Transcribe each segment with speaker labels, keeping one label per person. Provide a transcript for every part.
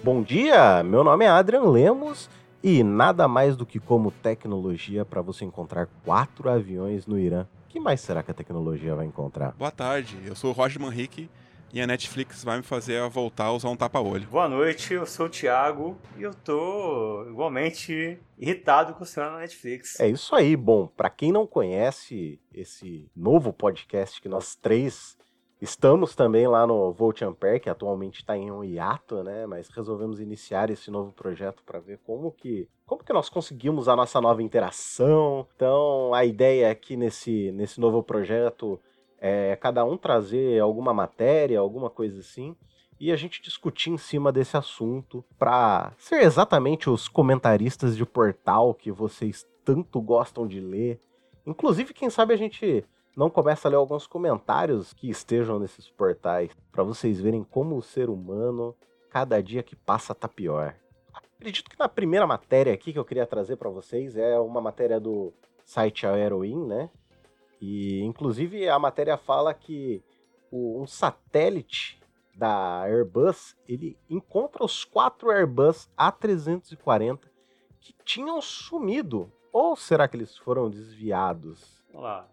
Speaker 1: Bom dia, meu nome é Adrian Lemos e nada mais do que como tecnologia para você encontrar 4 aviões no Irã. O que mais será que a tecnologia vai encontrar?
Speaker 2: Boa tarde, eu sou o Roger Manrique e a Netflix vai me fazer voltar a usar um tapa-olho.
Speaker 3: Boa noite, eu sou o Thiago e eu tô igualmente irritado com o senhor na Netflix.
Speaker 1: É isso aí, bom, para quem não conhece esse novo podcast que nós três estamos também lá no Volt Ampere, que atualmente está em um hiato, né? Mas resolvemos iniciar esse novo projeto para ver como que nós conseguimos a nossa nova interação. Então, a ideia aqui nesse novo projeto é cada um trazer alguma matéria, alguma coisa assim, e a gente discutir em cima desse assunto para ser exatamente os comentaristas de portal que vocês tanto gostam de ler. Inclusive, quem sabe a gente não começa a ler alguns comentários que estejam nesses portais, para vocês verem como o ser humano, cada dia que passa, tá pior. Acredito que na primeira matéria aqui que eu queria trazer para vocês é uma matéria do site Aeroin, né? E, inclusive, a matéria fala que um satélite da Airbus, ele encontra os 4 Airbus A340 que tinham sumido. Ou será que eles foram desviados?
Speaker 3: Vamos lá.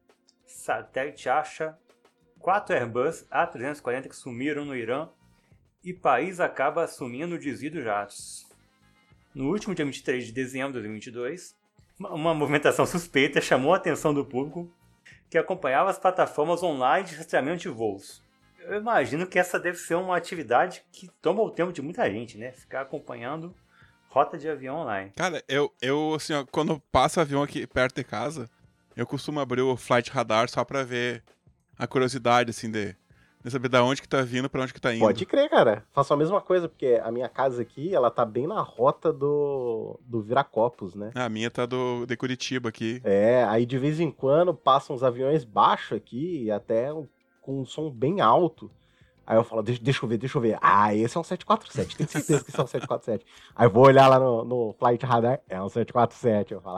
Speaker 3: Satélite acha 4 Airbus A340 que sumiram no Irã e país acaba assumindo o desvio dos jatos. No último dia 23 de dezembro de 2022, uma movimentação suspeita chamou a atenção do público que acompanhava as plataformas online de rastreamento de voos. Eu imagino que essa deve ser uma atividade que toma o tempo de muita gente, né? Ficar acompanhando rota de avião online.
Speaker 2: Cara, eu assim, ó, quando passa avião aqui perto de casa, eu costumo abrir o Flight Radar só pra ver a curiosidade, assim, de saber da onde que tá vindo, pra onde que tá indo.
Speaker 1: Pode crer, cara. Faço a mesma coisa, porque a minha casa aqui, ela tá bem na rota do Viracopos, né?
Speaker 2: A minha tá de Curitiba aqui.
Speaker 1: É, aí de vez em quando passam uns aviões baixos aqui, e até com um som bem alto. Aí eu falo, deixa eu ver. Ah, esse é um 747, tenho certeza que esse é um 747. Aí eu vou olhar lá no Flight Radar, é um 747. Eu falo,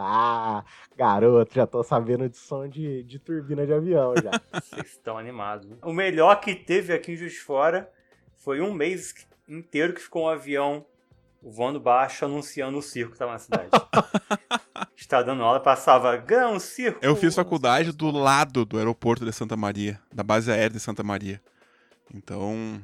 Speaker 1: garoto, já tô sabendo de som de turbina de avião já.
Speaker 3: Vocês estão animados. O melhor que teve aqui em Juiz de Fora foi um mês inteiro que ficou um avião voando baixo anunciando o circo que tava na cidade. Estava dando aula, passava grão, circo.
Speaker 2: Eu fiz faculdade do lado do aeroporto de Santa Maria, da base aérea de Santa Maria. Então,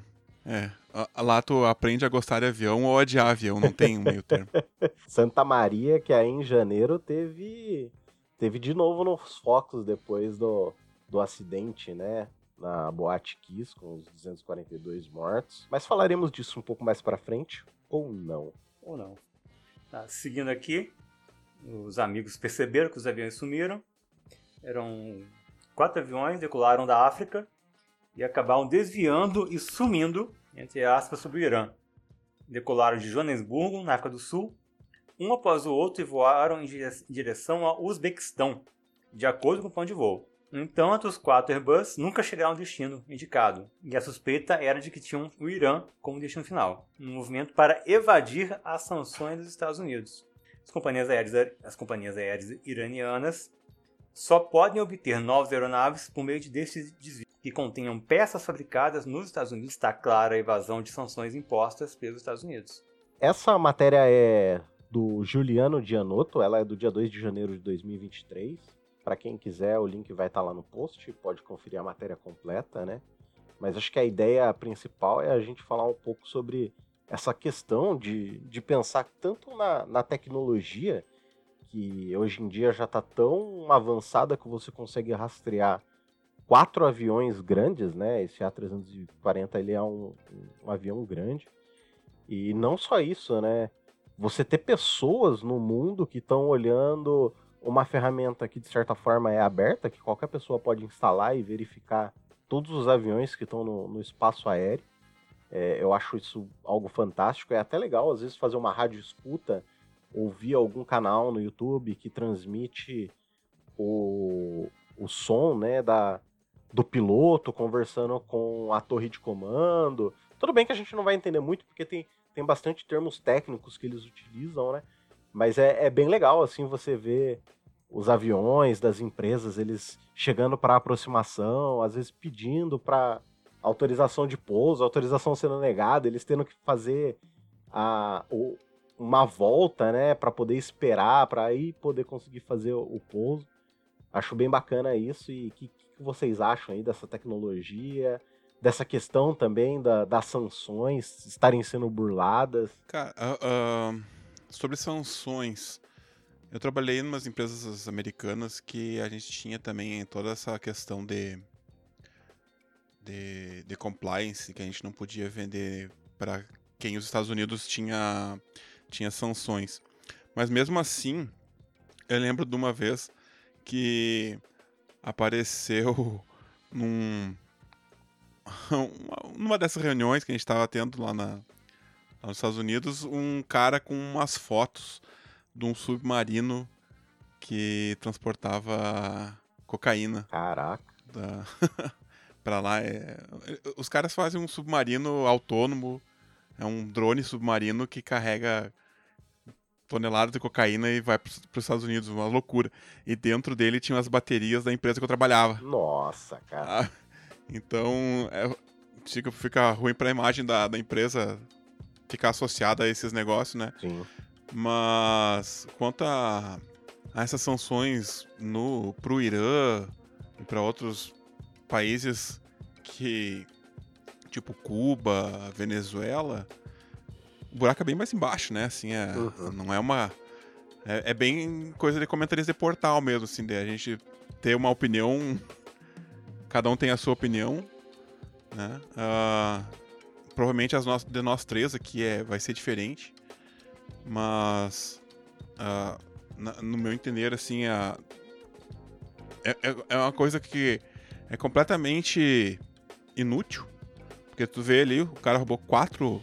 Speaker 2: lá tu aprende a gostar de avião ou odiar avião, não tem um meio termo.
Speaker 1: Santa Maria, que aí em janeiro teve de novo nos focos depois do acidente, né? Na Boate Kiss, com os 242 mortos. Mas falaremos disso um pouco mais pra frente, ou não.
Speaker 3: Ou não. Tá, seguindo aqui, os amigos perceberam que os aviões sumiram. Eram 4 aviões, decolaram da África e acabaram desviando e sumindo, entre aspas, sobre o Irã. Decolaram de Joanesburgo, na África do Sul, um após o outro e voaram em direção ao Uzbequistão, de acordo com o plano de voo. No entanto, os 4 Airbus nunca chegaram ao destino indicado, e a suspeita era de que tinham o Irã como destino final, um movimento para evadir as sanções dos Estados Unidos. As companhias aéreas iranianas só podem obter novas aeronaves por meio desses desvios, que contenham peças fabricadas nos Estados Unidos. Está clara a evasão de sanções impostas pelos Estados Unidos.
Speaker 1: Essa matéria é do Giuliano Gianotto, ela é do dia 2 de janeiro de 2023. Para quem quiser, o link vai estar lá no post, pode conferir a matéria completa, né? Mas acho que a ideia principal é a gente falar um pouco sobre essa questão de pensar tanto na tecnologia, que hoje em dia já está tão avançada que você consegue rastrear 4 aviões grandes, né? Esse A340 ele é um avião grande. E não só isso, né? Você ter pessoas no mundo que estão olhando uma ferramenta que de certa forma é aberta, que qualquer pessoa pode instalar e verificar todos os aviões que estão no espaço aéreo. Eu acho isso algo fantástico. É até legal, às vezes, fazer uma rádio escuta, ouvir algum canal no YouTube que transmite o som, né, do piloto conversando com a torre de comando. Tudo bem que a gente não vai entender muito, porque tem bastante termos técnicos que eles utilizam, né? Mas é bem legal, assim, você ver os aviões das empresas, eles chegando para aproximação, às vezes pedindo para autorização de pouso, autorização sendo negada, eles tendo que fazer uma volta, né, para poder esperar, para aí poder conseguir fazer o pouso. Acho bem bacana isso. E o que vocês acham aí dessa tecnologia, dessa questão também das sanções estarem sendo burladas?
Speaker 2: Cara, sobre sanções, eu trabalhei em umas empresas americanas que a gente tinha também toda essa questão de compliance, que a gente não podia vender para quem os Estados Unidos tinha sanções. Mas mesmo assim, eu lembro de uma vez que apareceu numa dessas reuniões que a gente estava tendo lá nos Estados Unidos, um cara com umas fotos de um submarino que transportava cocaína.
Speaker 1: Caraca.
Speaker 2: Pra lá. Os caras fazem um submarino autônomo, é um drone submarino que carrega toneladas de cocaína e vai pros Estados Unidos, uma loucura. E dentro dele tinha as baterias da empresa que eu trabalhava.
Speaker 1: Nossa, cara.
Speaker 2: Então, fica ruim pra imagem da empresa ficar associada a esses negócios, né?
Speaker 1: Sim.
Speaker 2: Mas quanto a essas sanções pro Irã e para outros países que, tipo Cuba, Venezuela, o buraco é bem mais embaixo, né? Assim, não é uma... É bem coisa de comentarista de portal mesmo, assim, de a gente ter uma opinião, cada um tem a sua opinião, né? Provavelmente de nós três aqui vai ser diferente, mas no meu entender, assim, é uma coisa que é completamente inútil, porque tu vê ali, o cara roubou quatro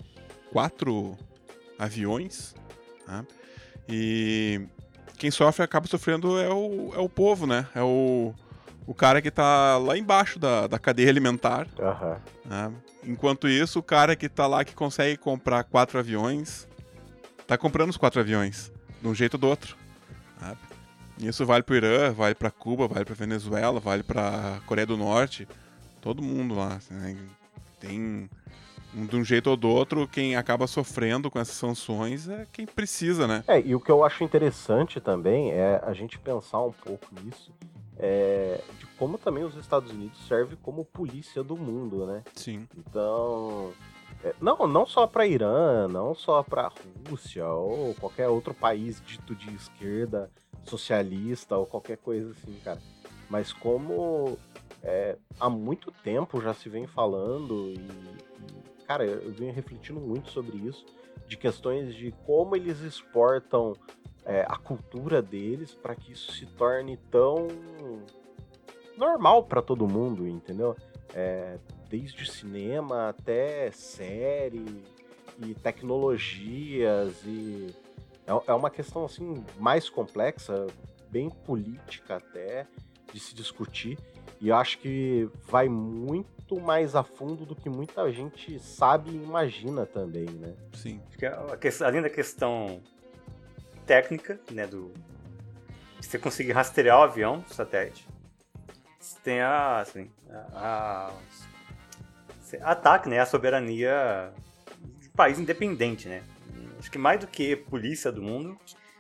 Speaker 2: aviões, né? E quem acaba sofrendo é o povo, né? É o cara que tá lá embaixo da cadeia alimentar.
Speaker 1: Uhum.
Speaker 2: Né? Enquanto isso, o cara que tá lá, que consegue comprar 4 aviões, tá comprando os 4 aviões, de um jeito ou do outro. Sabe? Isso vale pro Irã, vale pra Cuba, vale pra Venezuela, vale pra Coreia do Norte. Todo mundo lá. Né? Tem, de um jeito ou do outro, quem acaba sofrendo com essas sanções é quem precisa, né?
Speaker 1: E o que eu acho interessante também é a gente pensar um pouco nisso, de como também os Estados Unidos servem como polícia do mundo, né?
Speaker 2: Sim.
Speaker 1: Então, não só para Irã, não só para Rússia ou qualquer outro país dito de esquerda, socialista ou qualquer coisa assim, cara. Mas como há muito tempo já se vem falando cara, eu venho refletindo muito sobre isso, de questões de como eles exportam a cultura deles para que isso se torne tão normal para todo mundo, entendeu? Desde cinema até série e tecnologias e é uma questão assim mais complexa, bem política até de se discutir, e eu acho que vai muito mais a fundo do que muita gente sabe e imagina também, né?
Speaker 2: Sim.
Speaker 3: Além da questão técnica, né, de você conseguir rastrear o avião, o satélite, você tem ataque, né, à soberania de país independente, né? Acho que mais do que polícia do mundo,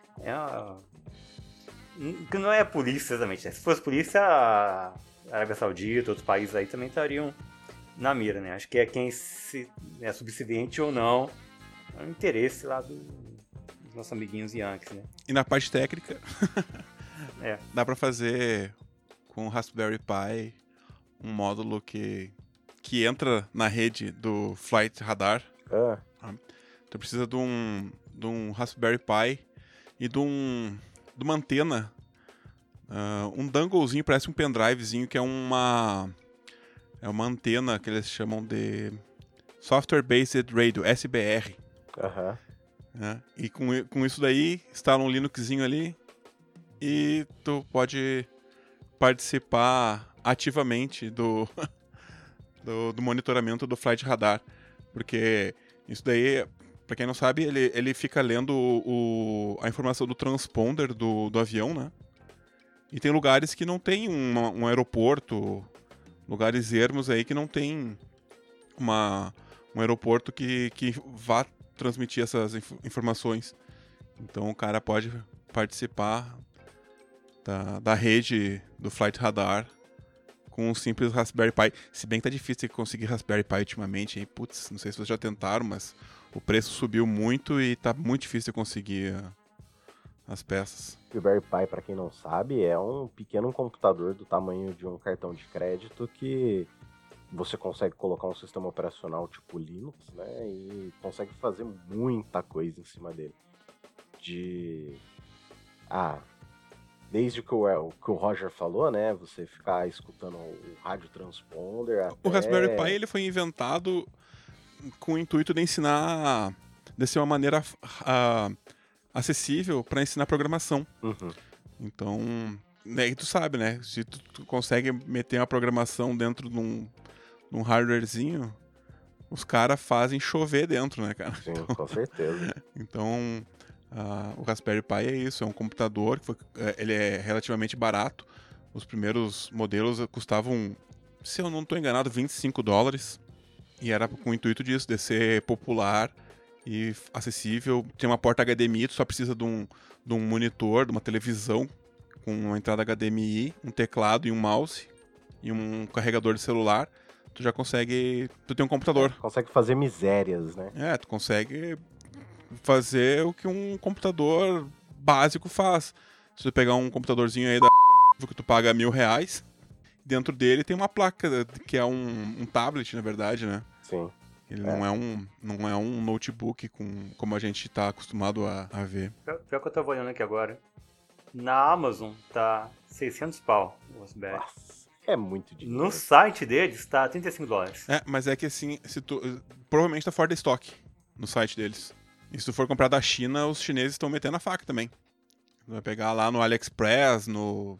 Speaker 3: que não é a polícia exatamente, né? Se fosse polícia, a Arábia Saudita, outros países aí também estariam na mira, né? Acho que é quem é subserviente ou não ao interesse lá dos nossos amiguinhos Yankees, né?
Speaker 2: E na parte técnica, dá pra fazer com o Raspberry Pi um módulo que entra na rede do Flight Radar. Tu precisa de um Raspberry Pi e de uma antena, um donglezinho, parece um pendrivezinho, que é uma antena que eles chamam de Software Based Radio, SBR. Né? E com isso daí, instala um Linuxzinho ali e tu pode participar ativamente do monitoramento do Flight Radar. Porque isso daí, pra quem não sabe, ele fica lendo a informação do transponder do avião, né? E tem lugares que não tem um aeroporto, lugares ermos aí que não tem um aeroporto que vá transmitir essas informações. Então o cara pode participar da rede do Flight Radar com um simples Raspberry Pi. Se bem que tá difícil conseguir Raspberry Pi ultimamente, hein? Putz, não sei se vocês já tentaram, mas o preço subiu muito e tá muito difícil de conseguir as peças.
Speaker 1: Raspberry Pi, para quem não sabe, é um pequeno computador do tamanho de um cartão de crédito que você consegue colocar um sistema operacional tipo Linux, né? E consegue fazer muita coisa em cima dele. Desde que o Roger falou, né? Você ficar escutando o rádio transponder.
Speaker 2: O Raspberry Pi ele foi inventado com o intuito de ensinar, de ser uma maneira acessível para ensinar programação.
Speaker 1: Uhum.
Speaker 2: Então, né, e tu sabe, né? Se tu consegue meter uma programação dentro de um hardwarezinho, os caras fazem chover dentro, né, cara?
Speaker 1: Sim, então, com certeza.
Speaker 2: Então, o Raspberry Pi é isso, é um computador que ele é relativamente barato. Os primeiros modelos custavam, se eu não estou enganado, $25. E era com o intuito disso, de ser popular e acessível. Tem uma porta HDMI, tu só precisa de um monitor, de uma televisão com uma entrada HDMI, um teclado e um mouse e um carregador de celular. Tu já consegue... Tu tem um computador.
Speaker 1: Consegue fazer misérias, né?
Speaker 2: Tu consegue fazer o que um computador básico faz. Se tu pegar um computadorzinho aí que tu paga R$1.000, dentro dele tem uma placa que é um tablet, na verdade, né?
Speaker 1: Sim.
Speaker 2: Ele não é um notebook como a gente tá acostumado a ver.
Speaker 3: Pior que eu tava olhando aqui agora. Na Amazon tá $600 o Raspberry.
Speaker 1: Nossa, é muito dinheiro.
Speaker 3: No site deles tá $35.
Speaker 2: Mas é que assim, provavelmente tá fora de estoque no site deles. E se tu for comprar da China, os chineses estão metendo a faca também. Tu vai pegar lá no AliExpress, no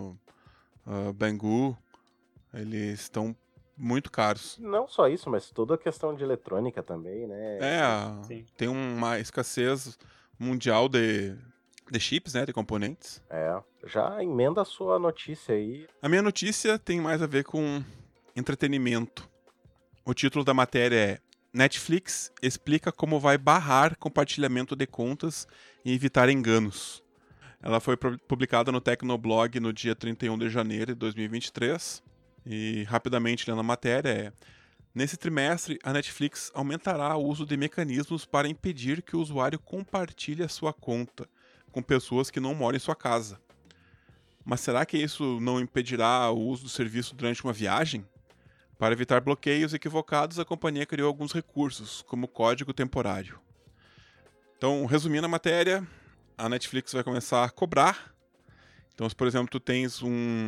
Speaker 2: Banggood, eles estão muito caros.
Speaker 1: Não só isso, mas toda a questão de eletrônica também, né?
Speaker 2: Sim. Tem uma escassez mundial de chips, né, de componentes.
Speaker 1: Já emenda a sua notícia aí.
Speaker 2: A minha notícia tem mais a ver com entretenimento. O título da matéria é Netflix explica como vai barrar compartilhamento de contas e evitar enganos. Ela foi publicada no Tecnoblog no dia 31 de janeiro de 2023. E rapidamente lendo a matéria nesse trimestre, a Netflix aumentará o uso de mecanismos para impedir que o usuário compartilhe a sua conta com pessoas que não moram em sua casa. Mas será que isso não impedirá o uso do serviço durante uma viagem? Para evitar bloqueios equivocados, a companhia criou alguns recursos, como código temporário. Então, resumindo a matéria, a Netflix vai começar a cobrar. Então, se por exemplo tu tens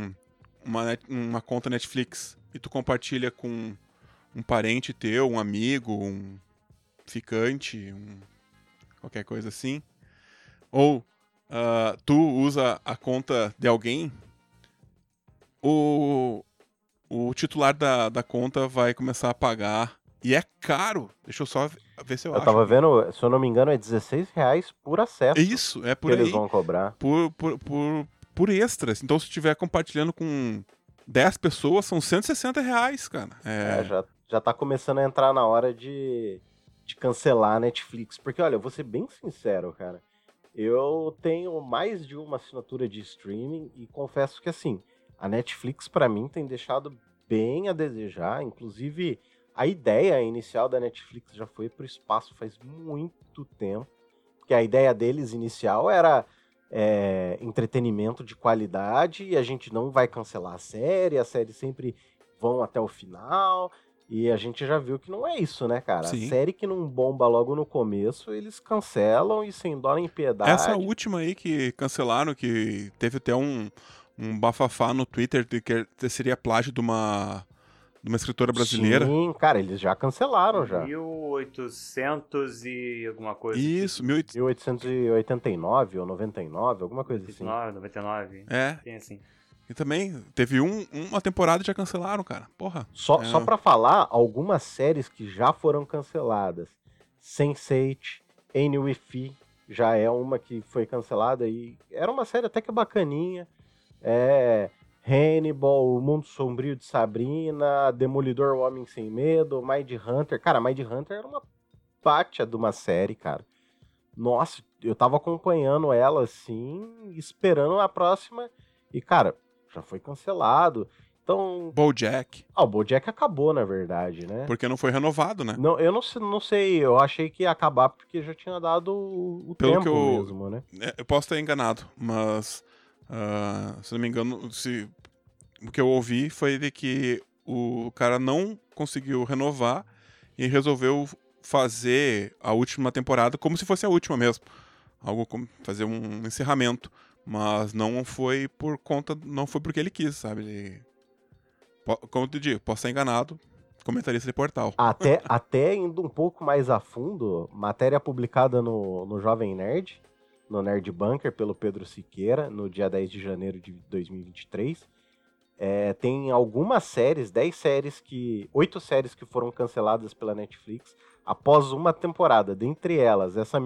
Speaker 2: uma conta Netflix e tu compartilha com um parente teu, um amigo, um ficante, qualquer coisa assim, ou tu usa a conta de alguém, o titular da conta vai começar a pagar. E é caro. Deixa eu só ver se eu acho.
Speaker 1: Eu tava vendo, se eu não me engano, é R$16 por acesso.
Speaker 2: Isso, é por
Speaker 1: que
Speaker 2: aí.
Speaker 1: Eles vão cobrar.
Speaker 2: Por extras. Então, se estiver compartilhando com 10 pessoas, são R$160, cara.
Speaker 1: Já tá começando a entrar na hora de cancelar a Netflix. Porque, olha, eu vou ser bem sincero, cara. Eu tenho mais de uma assinatura de streaming e confesso que, assim, a Netflix, pra mim, tem deixado bem a desejar. Inclusive, a ideia inicial da Netflix já foi pro espaço faz muito tempo. Porque a ideia deles inicial era entretenimento de qualidade e a gente não vai cancelar a série sempre vão até o final. E a gente já viu que não é isso, né, cara?
Speaker 2: Sim.
Speaker 1: A série que não bomba logo no começo, eles cancelam e sem dó nem piedade.
Speaker 2: Essa última aí que cancelaram, que teve até um bafafá no Twitter de que seria plágio de uma escritora brasileira.
Speaker 1: Sim, cara, eles já cancelaram já.
Speaker 3: 1800 e alguma coisa.
Speaker 2: Isso,
Speaker 1: 1889 ou 99, alguma coisa
Speaker 3: 99, assim. 99. Tem assim.
Speaker 2: E também teve uma temporada e já cancelaram, cara. Porra.
Speaker 1: Só pra falar, algumas séries que já foram canceladas. Sense8, Annie with E já é uma que foi cancelada e era uma série até que bacaninha. Hannibal, O Mundo Sombrio de Sabrina, Demolidor, O Homem Sem Medo, Mind Hunter. Cara, Mind Hunter era uma pátia de uma série, cara. Nossa, eu tava acompanhando ela, assim, esperando a próxima. E, cara, já foi cancelado. Então...
Speaker 2: BoJack.
Speaker 1: O BoJack acabou, na verdade, né?
Speaker 2: Porque não foi renovado, né?
Speaker 1: Não, eu não sei, eu achei que ia acabar porque já tinha dado o
Speaker 2: Pelo
Speaker 1: tempo
Speaker 2: que eu,
Speaker 1: mesmo, né?
Speaker 2: Eu posso estar enganado, mas se não me engano, o que eu ouvi foi de que o cara não conseguiu renovar e resolveu fazer a última temporada como se fosse a última mesmo. Algo como fazer um encerramento. Mas não foi por conta, não foi porque ele quis, sabe? Como eu te digo, posso estar enganado, comentarista de portal.
Speaker 1: Até indo um pouco mais a fundo, matéria publicada no Jovem Nerd, no Nerd Bunker, pelo Pedro Siqueira, no dia 10 de janeiro de 2023. Tem algumas séries, 8 séries que foram canceladas pela Netflix após uma temporada. Dentre elas, essa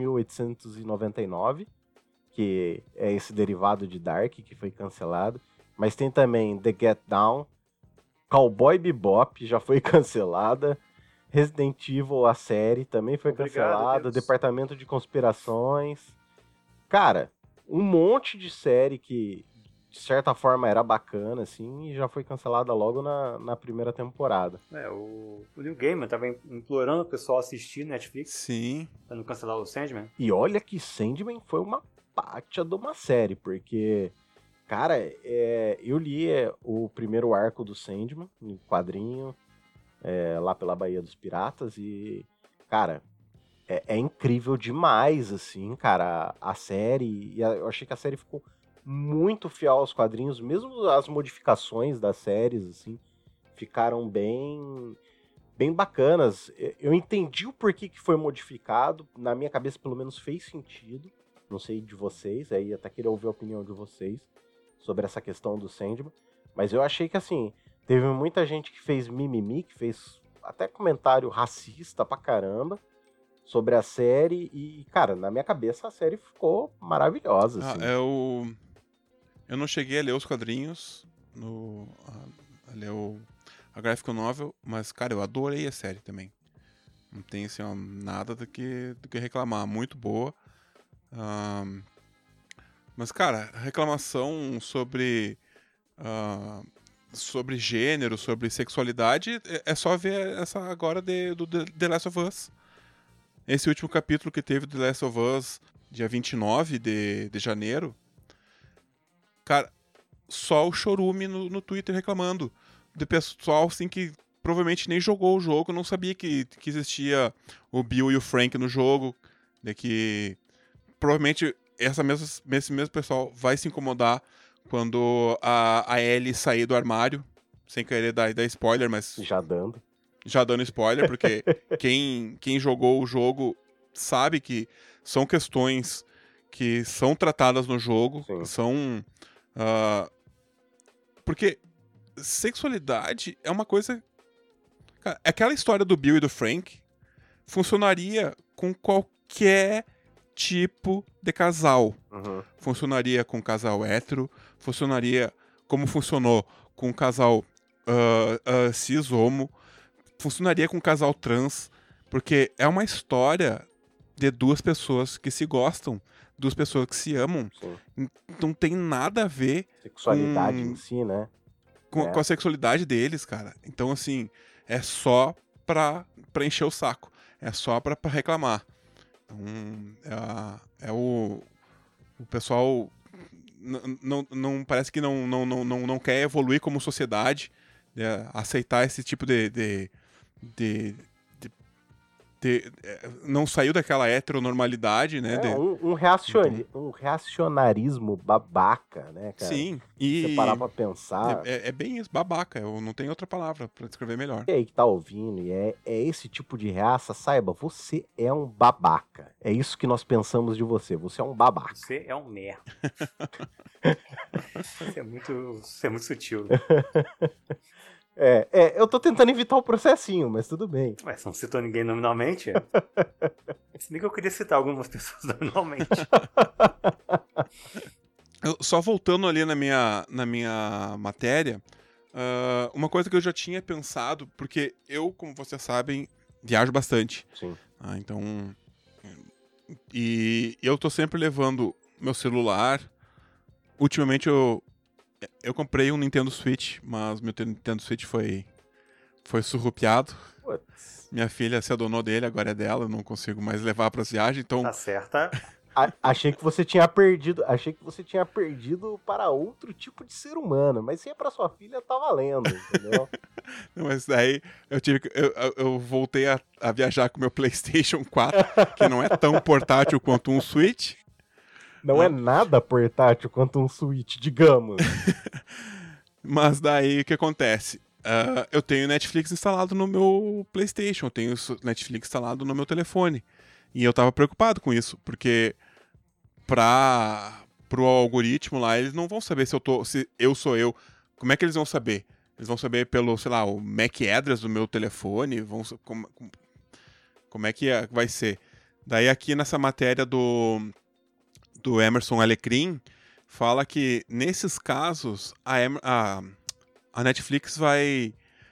Speaker 1: 1899, que é esse derivado de Dark, que foi cancelado. Mas tem também The Get Down, Cowboy Bebop, já foi cancelada. Resident Evil, a série, também foi cancelada. Departamento de Conspirações. Cara, um monte de série que, de certa forma, era bacana, assim, e já foi cancelada logo na primeira temporada.
Speaker 3: O Neil Gaiman tava implorando o pessoal assistir Netflix.
Speaker 2: Sim.
Speaker 3: Pra não cancelar o Sandman.
Speaker 1: E olha que Sandman foi uma pátia de uma série, porque, cara, eu li o primeiro arco do Sandman, em quadrinho, lá pela Baía dos Piratas, e, cara, é incrível demais, assim, cara, a série, e eu achei que a série ficou muito fiel aos quadrinhos, mesmo as modificações das séries, assim, ficaram bem bacanas. Eu entendi o porquê que foi modificado, na minha cabeça pelo menos fez sentido, não sei de vocês, aí até queria ouvir a opinião de vocês sobre essa questão do Sandman, mas eu achei que, assim, teve muita gente que fez mimimi, que fez até comentário racista pra caramba sobre a série, e, cara, na minha cabeça a série ficou maravilhosa, assim.
Speaker 2: Eu não cheguei a ler os quadrinhos, a ler a graphic novel, mas, cara, eu adorei a série também. Não tem, assim, nada do que reclamar. Muito boa. Mas, cara, reclamação sobre gênero, sobre sexualidade, é só ver essa agora do The Last of Us. Esse último capítulo que teve do The Last of Us, dia 29 de janeiro, cara, só o chorume no Twitter reclamando. Do pessoal, assim, que provavelmente nem jogou o jogo, não sabia que existia o Bill e o Frank no jogo, de que provavelmente esse mesmo pessoal vai se incomodar quando a Ellie sair do armário, sem querer dar spoiler, mas... Já dando spoiler, porque quem jogou o jogo sabe que são questões que são tratadas no jogo, são... porque sexualidade é uma coisa... Cara, aquela história do Bill e do Frank funcionaria com qualquer tipo de casal.
Speaker 1: Uhum.
Speaker 2: Funcionaria com casal hétero, funcionaria como funcionou com casal cis, homo, funcionaria com casal trans, porque é uma história de duas pessoas que se gostam, duas pessoas que se amam.
Speaker 1: Sim.
Speaker 2: Não tem nada a ver
Speaker 1: sexualidade em si, né?
Speaker 2: Com a sexualidade deles, cara. Então, assim, é só pra encher o saco. É só pra reclamar. Então, o pessoal não parece que não quer evoluir como sociedade, né? Aceitar esse tipo de não saiu daquela heteronormalidade, né?
Speaker 1: Um reacionarismo babaca, né, cara?
Speaker 2: Sim.
Speaker 1: E você parar pra pensar...
Speaker 2: É bem isso, babaca. Eu não tenho outra palavra pra descrever melhor.
Speaker 1: E aí que tá ouvindo, e é esse tipo de reaça, saiba, você é um babaca. É isso que nós pensamos de você. Você é um babaca.
Speaker 3: Você é um merda. Isso é muito sutil.
Speaker 1: Eu tô tentando evitar o processinho, mas tudo bem.
Speaker 3: Ué, você não citou ninguém nominalmente? Se bem que eu queria citar algumas pessoas nominalmente.
Speaker 2: Só voltando ali na minha matéria, uma coisa que eu já tinha pensado, porque eu, como vocês sabem, viajo bastante.
Speaker 1: Sim.
Speaker 2: Então... E eu tô sempre levando meu celular. Ultimamente eu comprei um Nintendo Switch, mas meu Nintendo Switch foi surrupiado.
Speaker 1: Putz.
Speaker 2: Minha filha se adonou dele, agora é dela, eu não consigo mais levar pras viagens, então...
Speaker 3: Tá certa.
Speaker 1: Achei que você tinha perdido para outro tipo de ser humano, mas se é pra sua filha, tá valendo, entendeu?
Speaker 2: Mas daí eu voltei a viajar com meu PlayStation 4, que não é tão portátil quanto um Switch.
Speaker 1: Não é nada portátil quanto um Switch, digamos.
Speaker 2: Mas daí o que acontece? Eu tenho Netflix instalado no meu PlayStation, eu tenho Netflix instalado no meu telefone. E eu tava preocupado com isso, porque pro algoritmo lá, eles não vão saber se eu sou eu. Como é que eles vão saber? Eles vão saber pelo, sei lá, o MAC address do meu telefone, como é que vai ser? Daí aqui nessa matéria do Emerson Alecrim, fala que nesses casos a Netflix vai...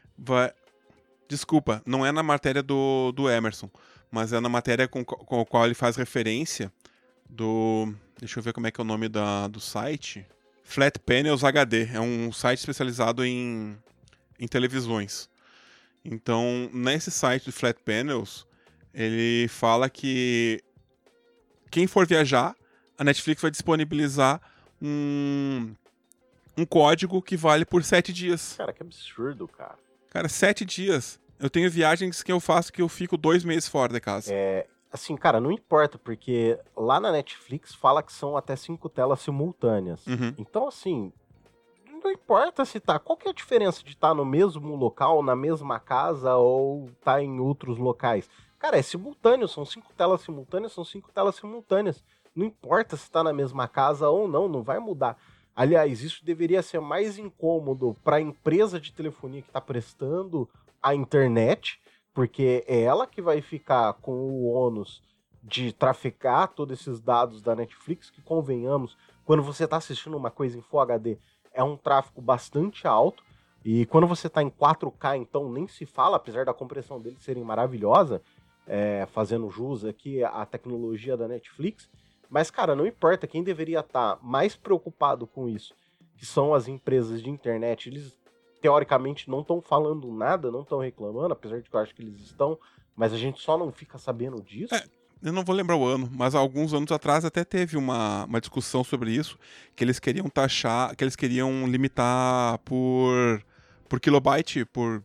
Speaker 2: Desculpa, não é na matéria do Emerson, mas é na matéria com a qual ele faz referência deixa eu ver como é que é o nome do site. Flat Panels HD. É um site especializado em televisões. Então, nesse site do Flat Panels, ele fala que quem for viajar, a Netflix vai disponibilizar um código que vale por 7 dias.
Speaker 1: Cara, que absurdo, cara.
Speaker 2: Cara, 7 dias. Eu tenho viagens que eu faço que eu fico 2 meses fora de casa.
Speaker 1: Assim, cara, não importa, porque lá na Netflix fala que são até 5 telas simultâneas.
Speaker 2: Uhum.
Speaker 1: Então, assim, não importa se tá... Qual que é a diferença de estar no mesmo local, na mesma casa, ou tá em outros locais? Cara, é simultâneo, são 5 telas simultâneas, são 5 telas simultâneas. Não importa se tá na mesma casa ou não vai mudar. Aliás, isso deveria ser mais incômodo para a empresa de telefonia que está prestando a internet, porque é ela que vai ficar com o ônus de traficar todos esses dados da Netflix, que convenhamos, quando você está assistindo uma coisa em Full HD, é um tráfego bastante alto, e quando você está em 4K, então nem se fala, apesar da compressão deles serem maravilhosa, fazendo jus aqui à tecnologia da Netflix, mas, cara, não importa, quem deveria estar mais preocupado com isso, que são as empresas de internet, eles teoricamente não estão falando nada, não estão reclamando, apesar de que eu acho que eles estão, mas a gente só não fica sabendo disso.
Speaker 2: Eu não vou lembrar o ano, mas há alguns anos atrás até teve uma discussão sobre isso, que eles queriam taxar, que eles queriam limitar por kilobyte, por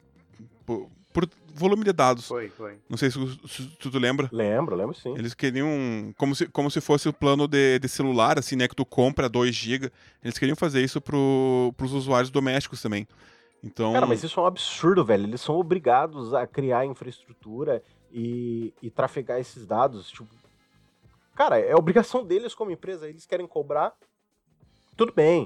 Speaker 2: volume de dados.
Speaker 3: Foi.
Speaker 2: Não sei se tu lembra.
Speaker 1: Lembro sim.
Speaker 2: Eles queriam, como se fosse o plano de celular, assim, né, que tu compra 2 GB. Eles queriam fazer isso pros usuários domésticos também. Então...
Speaker 1: Cara, mas isso é um absurdo, velho. Eles são obrigados a criar infraestrutura e trafegar esses dados. Tipo, cara, é obrigação deles como empresa. Eles querem cobrar. Tudo bem.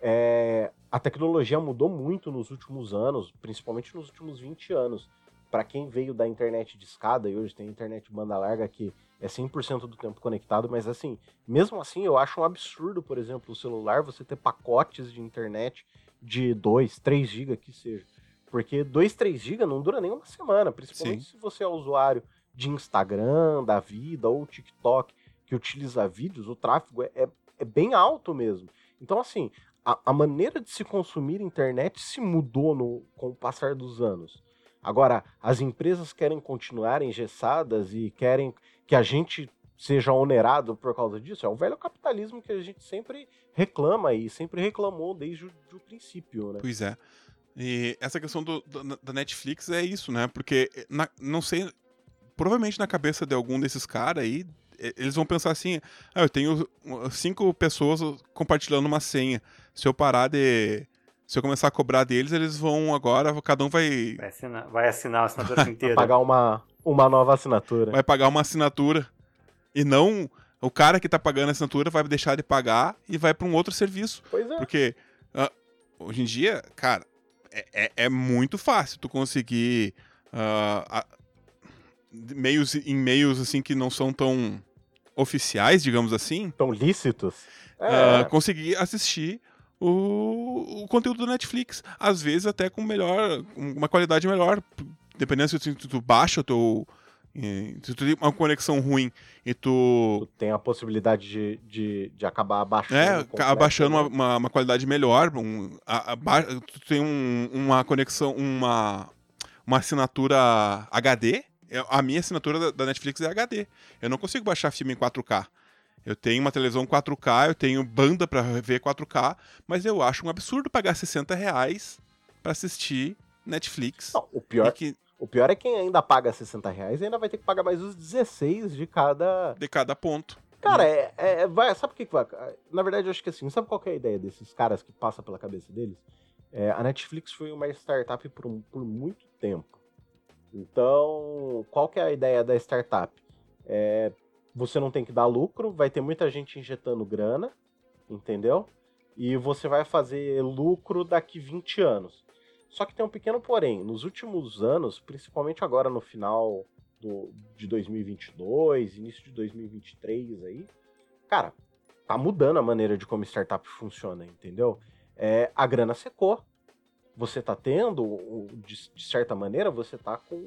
Speaker 1: A tecnologia mudou muito nos últimos anos, principalmente nos últimos 20 anos. Para quem veio da internet de escada e hoje tem internet banda larga que é 100% do tempo conectado, mas assim, mesmo assim eu acho um absurdo, por exemplo, o celular você ter pacotes de internet de 2, 3 GB que seja. Porque 2, 3 GB não dura nem uma semana, principalmente se você é usuário de Instagram, da vida, ou TikTok, que utiliza vídeos, o tráfego é bem alto mesmo. Então assim, a maneira de se consumir internet se mudou com o passar dos anos. Agora, as empresas querem continuar engessadas e querem que a gente seja onerado por causa disso. É o velho capitalismo que a gente sempre reclama e sempre reclamou desde o princípio, né?
Speaker 2: Pois é. E essa questão da Netflix é isso, né? Porque, não sei, provavelmente na cabeça de algum desses caras aí, eles vão pensar assim, eu tenho 5 pessoas compartilhando uma senha. Se eu começar a cobrar deles, eles vão agora, cada um vai
Speaker 3: assinar a assinatura inteira.
Speaker 1: Vai pagar uma nova assinatura.
Speaker 2: Vai pagar uma assinatura. E não o cara que tá pagando a assinatura vai deixar de pagar e vai para um outro serviço.
Speaker 1: Pois é.
Speaker 2: Porque hoje em dia, cara, é muito fácil tu conseguir meios assim que não são tão oficiais, digamos assim.
Speaker 1: Tão lícitos.
Speaker 2: Conseguir assistir o conteúdo do Netflix, às vezes até com uma qualidade melhor. dependendo se tu baixa o teu... Se tu tem uma conexão ruim e tu
Speaker 1: tem a possibilidade de acabar abaixando.
Speaker 2: Abaixando uma qualidade melhor. Tu tem uma conexão, uma assinatura HD. A minha assinatura da Netflix é HD. Eu não consigo baixar filme em 4K. Eu tenho uma televisão 4K, eu tenho banda pra ver 4K, mas eu acho um absurdo pagar R$60 pra assistir Netflix.
Speaker 1: Não, o pior é quem ainda paga R$60 e ainda vai ter que pagar mais os 16 de cada
Speaker 2: ponto.
Speaker 1: Cara, sabe o que vai... Na verdade, eu acho que assim, sabe qual que é a ideia desses caras que passa pela cabeça deles? A Netflix foi uma startup por muito tempo. Então, qual que é a ideia da startup? Você não tem que dar lucro, vai ter muita gente injetando grana, entendeu? E você vai fazer lucro daqui 20 anos. Só que tem um pequeno porém. Nos últimos anos, principalmente agora no final de 2022, início de 2023 aí, cara, tá mudando a maneira de como startup funciona, entendeu? A grana secou. Você tá tendo, de certa maneira, você tá com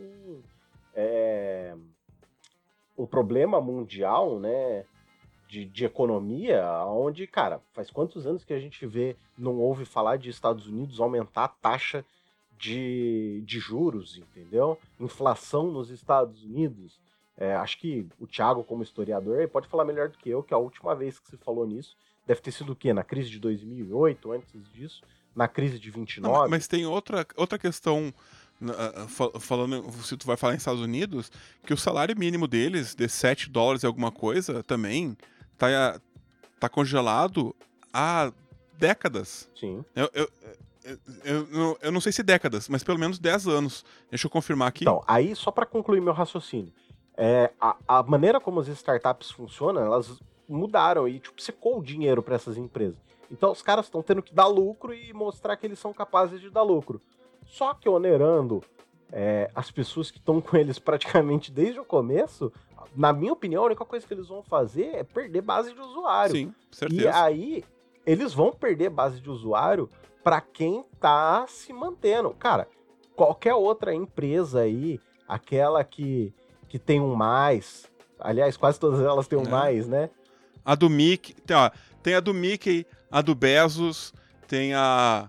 Speaker 1: um problema mundial, né, de economia, onde, cara, faz quantos anos que a gente não ouve falar de Estados Unidos aumentar a taxa de juros, entendeu? Inflação nos Estados Unidos. Acho que o Thiago, como historiador, pode falar melhor do que eu, que a última vez que se falou nisso deve ter sido o quê? Na crise de 2008, antes disso? Na crise de 29?
Speaker 2: Não, mas tem outra questão, falando, se tu vai falar em Estados Unidos, que o salário mínimo deles, de $7 e alguma coisa, também tá congelado há décadas.
Speaker 1: Sim.
Speaker 2: Eu não sei se décadas, mas pelo menos 10 anos. Deixa eu confirmar aqui.
Speaker 1: Então, aí, só para concluir meu raciocínio, a maneira como as startups funcionam, elas mudaram e secou o dinheiro para essas empresas. Então, os caras estão tendo que dar lucro e mostrar que eles são capazes de dar lucro. Só que onerando as pessoas que estão com eles praticamente desde o começo, na minha opinião, a única coisa que eles vão fazer é perder base de usuário.
Speaker 2: Sim, certeza.
Speaker 1: E aí, eles vão perder base de usuário para quem tá se mantendo. Cara, qualquer outra empresa aí, aquela que tem um mais, aliás, quase todas elas têm um mais, né?
Speaker 2: A do Mickey, tem a do Mickey, a do Bezos, tem a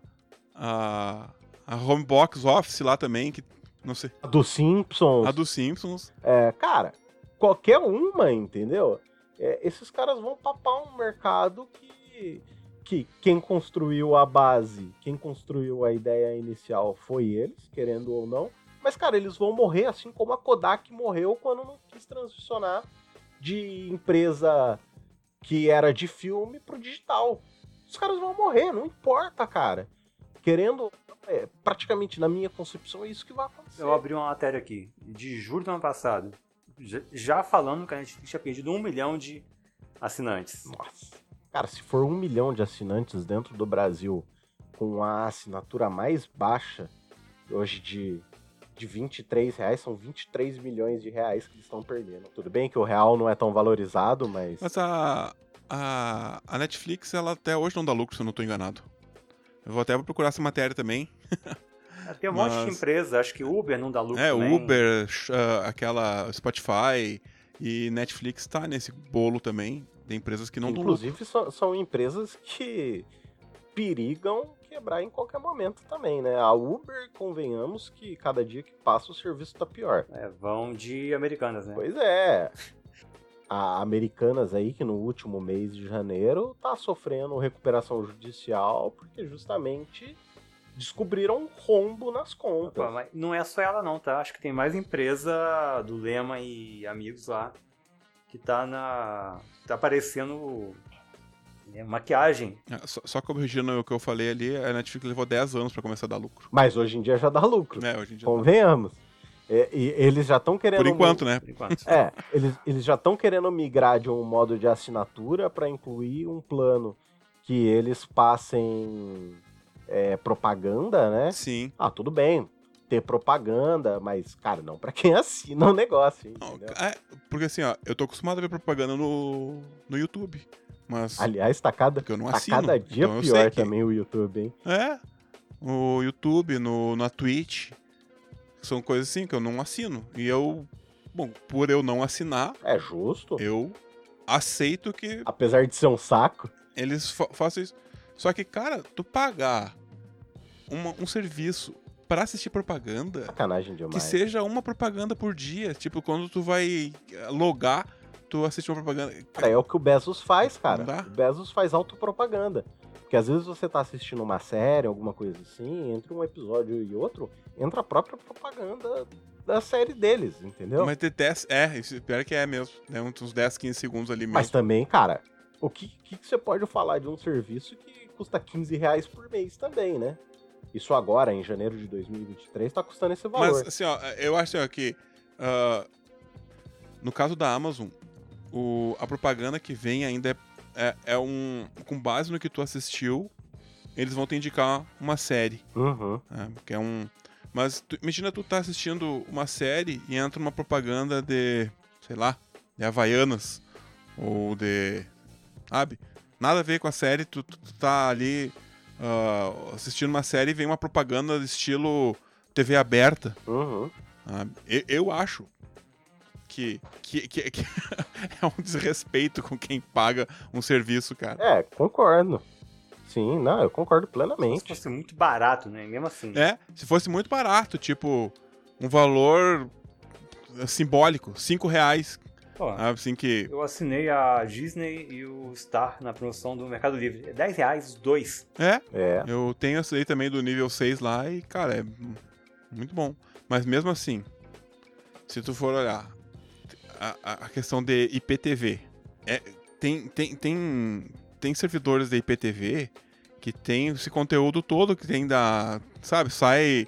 Speaker 2: Homebox Office lá também, que não sei.
Speaker 1: A do Simpsons.
Speaker 2: A do Simpsons.
Speaker 1: Cara, qualquer uma, entendeu? Esses caras vão papar um mercado que quem construiu a base, quem construiu a ideia inicial foi eles, querendo ou não. Mas, cara, eles vão morrer assim como a Kodak morreu quando não quis transicionar de empresa que era de filme pro digital. Os caras vão morrer, não importa, cara. Querendo, praticamente na minha concepção, é isso que vai acontecer.
Speaker 3: Eu abri uma matéria aqui, de julho do ano passado, já falando que a gente tinha perdido 1 milhão de assinantes.
Speaker 1: Nossa. Cara, se for 1 milhão de assinantes dentro do Brasil, com a assinatura mais baixa, hoje de R$23, são 23 milhões de reais que eles estão perdendo. Tudo bem que o real não é tão valorizado, mas...
Speaker 2: Mas a Netflix, ela até hoje não dá lucro, se eu não estou enganado. Eu vou até procurar essa matéria também.
Speaker 3: Tem um monte de empresa, acho que Uber não dá lucro também.
Speaker 2: Uber, aquela Spotify e Netflix tá nesse bolo também, de empresas que não dão lucro.
Speaker 1: Inclusive, são empresas que perigam quebrar em qualquer momento também, né? A Uber, convenhamos que cada dia que passa o serviço tá pior.
Speaker 3: Vão de Americanas, né?
Speaker 1: Pois é. A Americanas aí, que no último mês de janeiro tá sofrendo recuperação judicial, porque justamente descobriram um rombo nas contas.
Speaker 3: Opa, mas não é só ela não, tá? Acho que tem mais empresa do Lema e amigos lá que tá aparecendo maquiagem.
Speaker 2: Só corrigindo o que eu falei ali, a Netflix levou 10 anos pra começar a dar lucro.
Speaker 1: Mas hoje em dia já dá lucro.
Speaker 2: Hoje em dia
Speaker 1: convenhamos. E eles já estão querendo...
Speaker 2: Por enquanto, né?
Speaker 3: Por enquanto.
Speaker 1: Eles já estão querendo migrar de um modo de assinatura para incluir um plano que eles passem propaganda, né?
Speaker 2: Sim.
Speaker 1: Tudo bem, ter propaganda, mas, cara, não para quem assina o negócio, entendeu?
Speaker 2: Porque assim, eu tô acostumado a ver propaganda no YouTube, mas...
Speaker 1: Aliás, tá cada dia então pior também o YouTube, hein?
Speaker 2: O YouTube, na Twitch... são coisas assim que eu não assino. E por eu não assinar...
Speaker 1: É justo.
Speaker 2: Eu aceito que...
Speaker 1: Apesar de ser um saco.
Speaker 2: Eles façam isso. Só que, cara, tu pagar um serviço pra assistir propaganda...
Speaker 1: Sacanagem demais.
Speaker 2: Que seja uma propaganda por dia. Tipo, quando tu vai logar, tu assiste uma propaganda.
Speaker 1: Cara, é o que o Bezos faz, cara.
Speaker 2: Não dá?
Speaker 1: O Bezos faz autopropaganda. Porque às vezes você tá assistindo uma série, alguma coisa assim, entre um episódio e outro, entra a própria propaganda da série deles, entendeu?
Speaker 2: Mas pior que é mesmo. Né? Uns 10, 15 segundos ali mesmo.
Speaker 1: Mas também, cara, o que você pode falar de um serviço que custa R$15 por mês também, né? Isso agora, em janeiro de 2023, tá custando esse valor.
Speaker 2: Mas, assim, ó, eu acho assim, ó, que no caso da Amazon, a propaganda que vem ainda com base no que tu assistiu, eles vão te indicar uma série.
Speaker 1: Uhum.
Speaker 2: Que é mas imagina tu tá assistindo uma série e entra uma propaganda de, sei lá, de Havaianas, ou de, sabe? Nada a ver com a série, tu tá ali assistindo uma série e vem uma propaganda de estilo TV aberta.
Speaker 1: Uhum.
Speaker 2: Eu acho que é um desrespeito com quem paga um serviço, cara.
Speaker 1: Concordo. Sim, não, eu concordo plenamente.
Speaker 3: Se fosse muito barato, né? Mesmo assim.
Speaker 2: Se fosse muito barato, tipo, um valor simbólico, R$5.
Speaker 3: Pô,
Speaker 2: assim que...
Speaker 3: Eu assinei a Disney e o Star na promoção do Mercado Livre. É R$10 os dois.
Speaker 2: Eu tenho essa aí também do nível 6 lá e, cara, é muito bom. Mas mesmo assim, se tu for olhar a questão de IPTV, tem servidores da IPTV que tem esse conteúdo todo que tem sabe, sai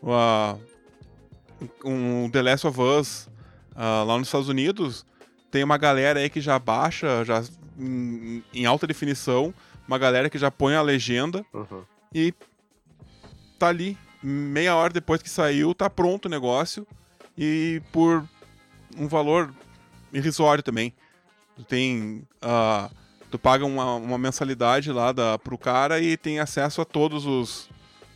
Speaker 2: um The Last of Us lá nos Estados Unidos, tem uma galera aí que já baixa já em alta definição, uma galera que já põe a legenda e tá ali, meia hora depois que saiu, tá pronto o negócio e por um valor irrisório também. Tu paga uma mensalidade lá pro cara e tem acesso a todos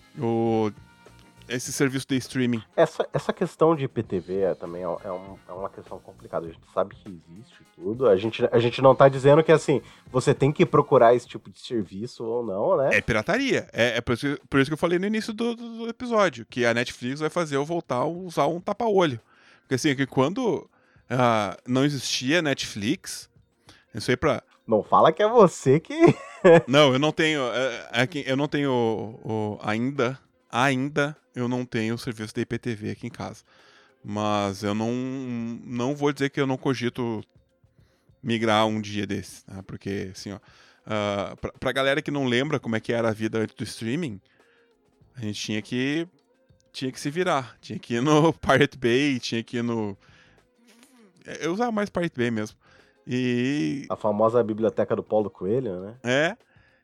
Speaker 2: esse serviço de streaming.
Speaker 1: Essa questão de IPTV também é uma questão complicada. A gente sabe que existe tudo. A gente não tá dizendo que, assim, você tem que procurar esse tipo de serviço ou não, né?
Speaker 2: É pirataria. É por isso que eu falei no início do episódio, que a Netflix vai fazer eu voltar a usar um tapa-olho. Porque, assim, que quando não existia Netflix, isso aí pra...
Speaker 1: Não fala que é você que...
Speaker 2: Não, eu não tenho... eu não tenho ainda eu não tenho o serviço da IPTV aqui em casa. Mas eu não vou dizer que eu não cogito migrar um dia desse. Né? Porque, assim, ó... pra galera que não lembra como é que era a vida antes do streaming, a gente tinha que se virar. Tinha que ir no Pirate Bay, tinha que ir no... Eu usava mais Pirate Bay mesmo. E...
Speaker 1: A famosa biblioteca do Paulo Coelho, né?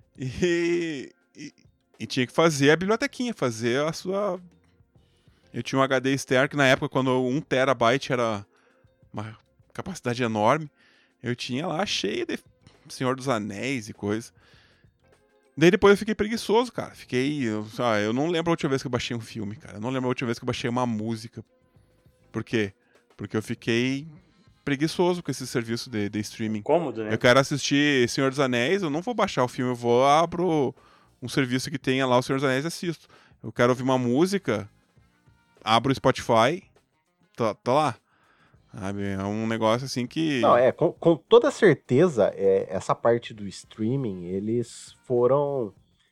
Speaker 2: E tinha que fazer a bibliotequinha, fazer a sua... Eu tinha um HD externo que na época, quando 1 terabyte era uma capacidade enorme, eu tinha lá cheio de Senhor dos Anéis e coisa. Daí depois eu fiquei preguiçoso, cara. Eu não lembro a última vez que eu baixei um filme, cara. Eu não lembro a última vez que eu baixei uma música. Por quê? Porque eu fiquei preguiçoso com esse serviço de streaming.
Speaker 3: Cômodo, né?
Speaker 2: Eu quero assistir Senhor dos Anéis, eu não vou baixar o filme, abro um serviço que tenha lá o Senhor dos Anéis e assisto. Eu quero ouvir uma música, abro o Spotify, tá lá. Sabe? É um negócio assim que...
Speaker 1: Não, com toda certeza, essa parte do streaming, eles foram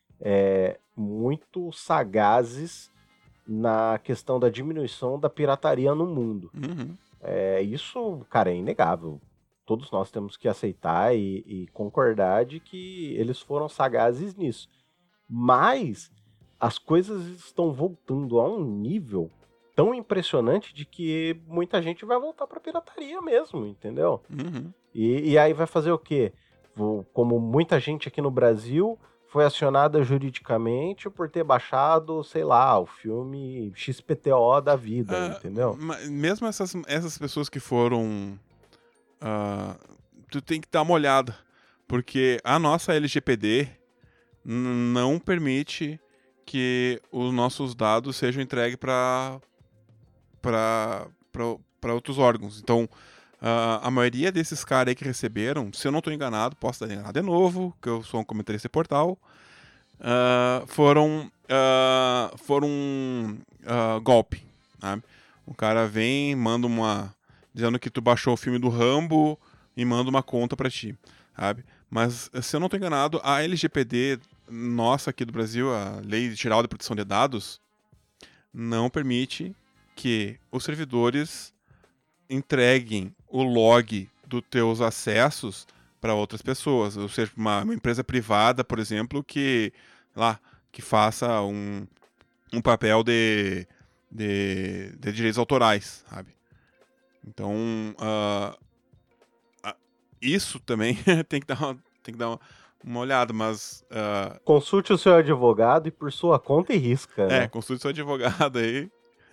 Speaker 1: muito sagazes na questão da diminuição da pirataria no mundo.
Speaker 2: Uhum.
Speaker 1: Isso, cara, é inegável. Todos nós temos que aceitar e concordar de que eles foram sagazes nisso. Mas as coisas estão voltando a um nível tão impressionante de que muita gente vai voltar pra pirataria mesmo, entendeu?
Speaker 2: Uhum.
Speaker 1: E aí vai fazer o quê? Como muita gente aqui no Brasil foi acionada juridicamente por ter baixado, sei lá, o filme XPTO da vida, entendeu?
Speaker 2: Mesmo essas pessoas que foram... tu tem que dar uma olhada, porque a nossa LGPD não permite que os nossos dados sejam entregues para para outros órgãos. Então, a maioria desses caras aí que receberam, se eu não estou enganado, posso estar enganado de novo, que eu sou um comentarista de portal, foram golpe, sabe? O cara vem, manda dizendo que tu baixou o filme do Rambo e manda uma conta pra ti, sabe? Mas, se eu não estou enganado, a LGPD nossa aqui do Brasil, a Lei Geral de Proteção de Dados, não permite que os servidores entreguem o log dos teus acessos para outras pessoas. Ou seja, uma empresa privada, por exemplo, que faça um papel de direitos autorais, sabe? Então, isso também tem que dar uma olhada, mas...
Speaker 1: Consulte o seu advogado e por sua conta e risca, né?
Speaker 2: Consulte o seu advogado aí.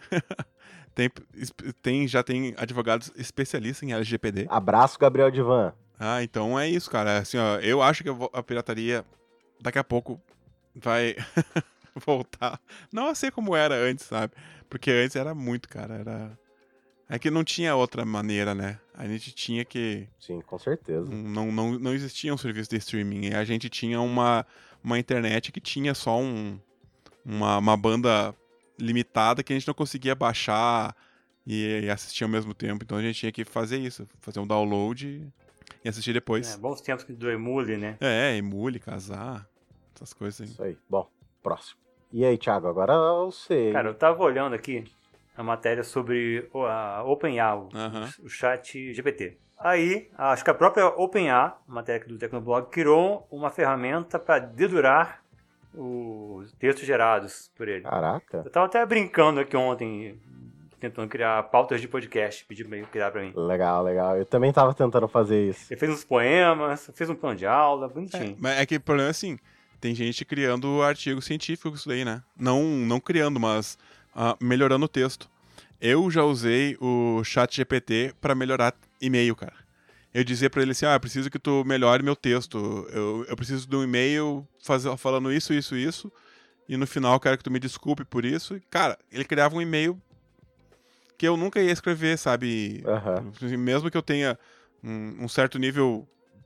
Speaker 2: Já tem advogados especialistas em LGPD.
Speaker 1: Abraço, Gabriel Divan.
Speaker 2: Então é isso, cara. Assim, ó, eu acho que a pirataria daqui a pouco vai voltar. Não a ser como era antes, sabe? Porque antes era muito, cara. É que não tinha outra maneira, né? A gente tinha que...
Speaker 1: Sim, com certeza.
Speaker 2: Não existia um serviço de streaming. E a gente tinha uma internet que tinha só uma banda limitada que a gente não conseguia baixar e assistir ao mesmo tempo. Então a gente tinha que fazer isso. Fazer um download e assistir depois.
Speaker 3: Bons tempos do Emule, né?
Speaker 2: Emule, casar, essas coisas aí.
Speaker 1: Isso aí. Bom, próximo. E aí, Thiago, agora você...
Speaker 3: Cara, eu tava olhando aqui a matéria sobre a OpenAI, o chat GPT. Aí, acho que a própria OpenAI, a matéria do Tecnoblog, criou uma ferramenta para dedurar os textos gerados por ele.
Speaker 1: Caraca.
Speaker 3: Eu tava até brincando aqui ontem, tentando criar pautas de podcast, pedi pra ele criar pra mim.
Speaker 1: Legal. Eu também tava tentando fazer isso.
Speaker 3: Ele fez uns poemas, fez um plano de aula, bonitinho.
Speaker 2: Mas é que o problema é assim, tem gente criando artigo científico com isso daí, né? Não criando, mas melhorando o texto. Eu já usei o ChatGPT para melhorar e-mail, cara. Eu dizia pra ele assim, eu preciso que tu melhore meu texto. Eu preciso de um e-mail falando isso, e no final eu quero que tu me desculpe por isso. E, cara, ele criava um e-mail que eu nunca ia escrever, sabe? Mesmo que eu tenha um certo nível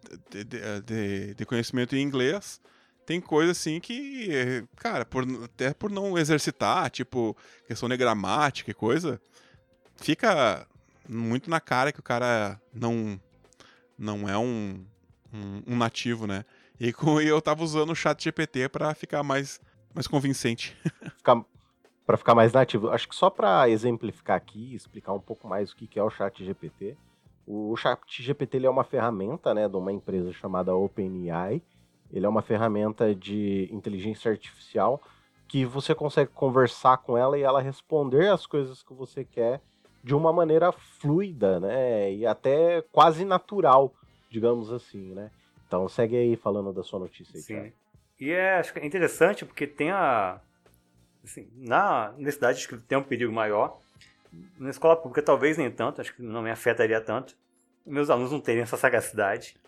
Speaker 2: de conhecimento em inglês, tem coisa assim que, cara, até por não exercitar, tipo, questão de gramática e coisa, fica muito na cara que o cara não é um nativo, né? E eu tava usando o ChatGPT pra ficar mais convincente.
Speaker 1: Pra ficar mais nativo. Acho que só pra exemplificar aqui, explicar um pouco mais o que é o ChatGPT. O ChatGPT ele é uma ferramenta, né, de uma empresa chamada OpenAI. Ele é uma ferramenta de inteligência artificial que você consegue conversar com ela e ela responder as coisas que você quer de uma maneira fluida, né? E até quase natural, digamos assim, né? Então segue aí falando da sua notícia aí,
Speaker 3: Sim.
Speaker 1: Thiago.
Speaker 3: E acho que é interessante porque tem assim, na universidade acho que tem um perigo maior. Na escola pública talvez nem tanto, acho que não me afetaria tanto. Meus alunos não teriam essa sagacidade.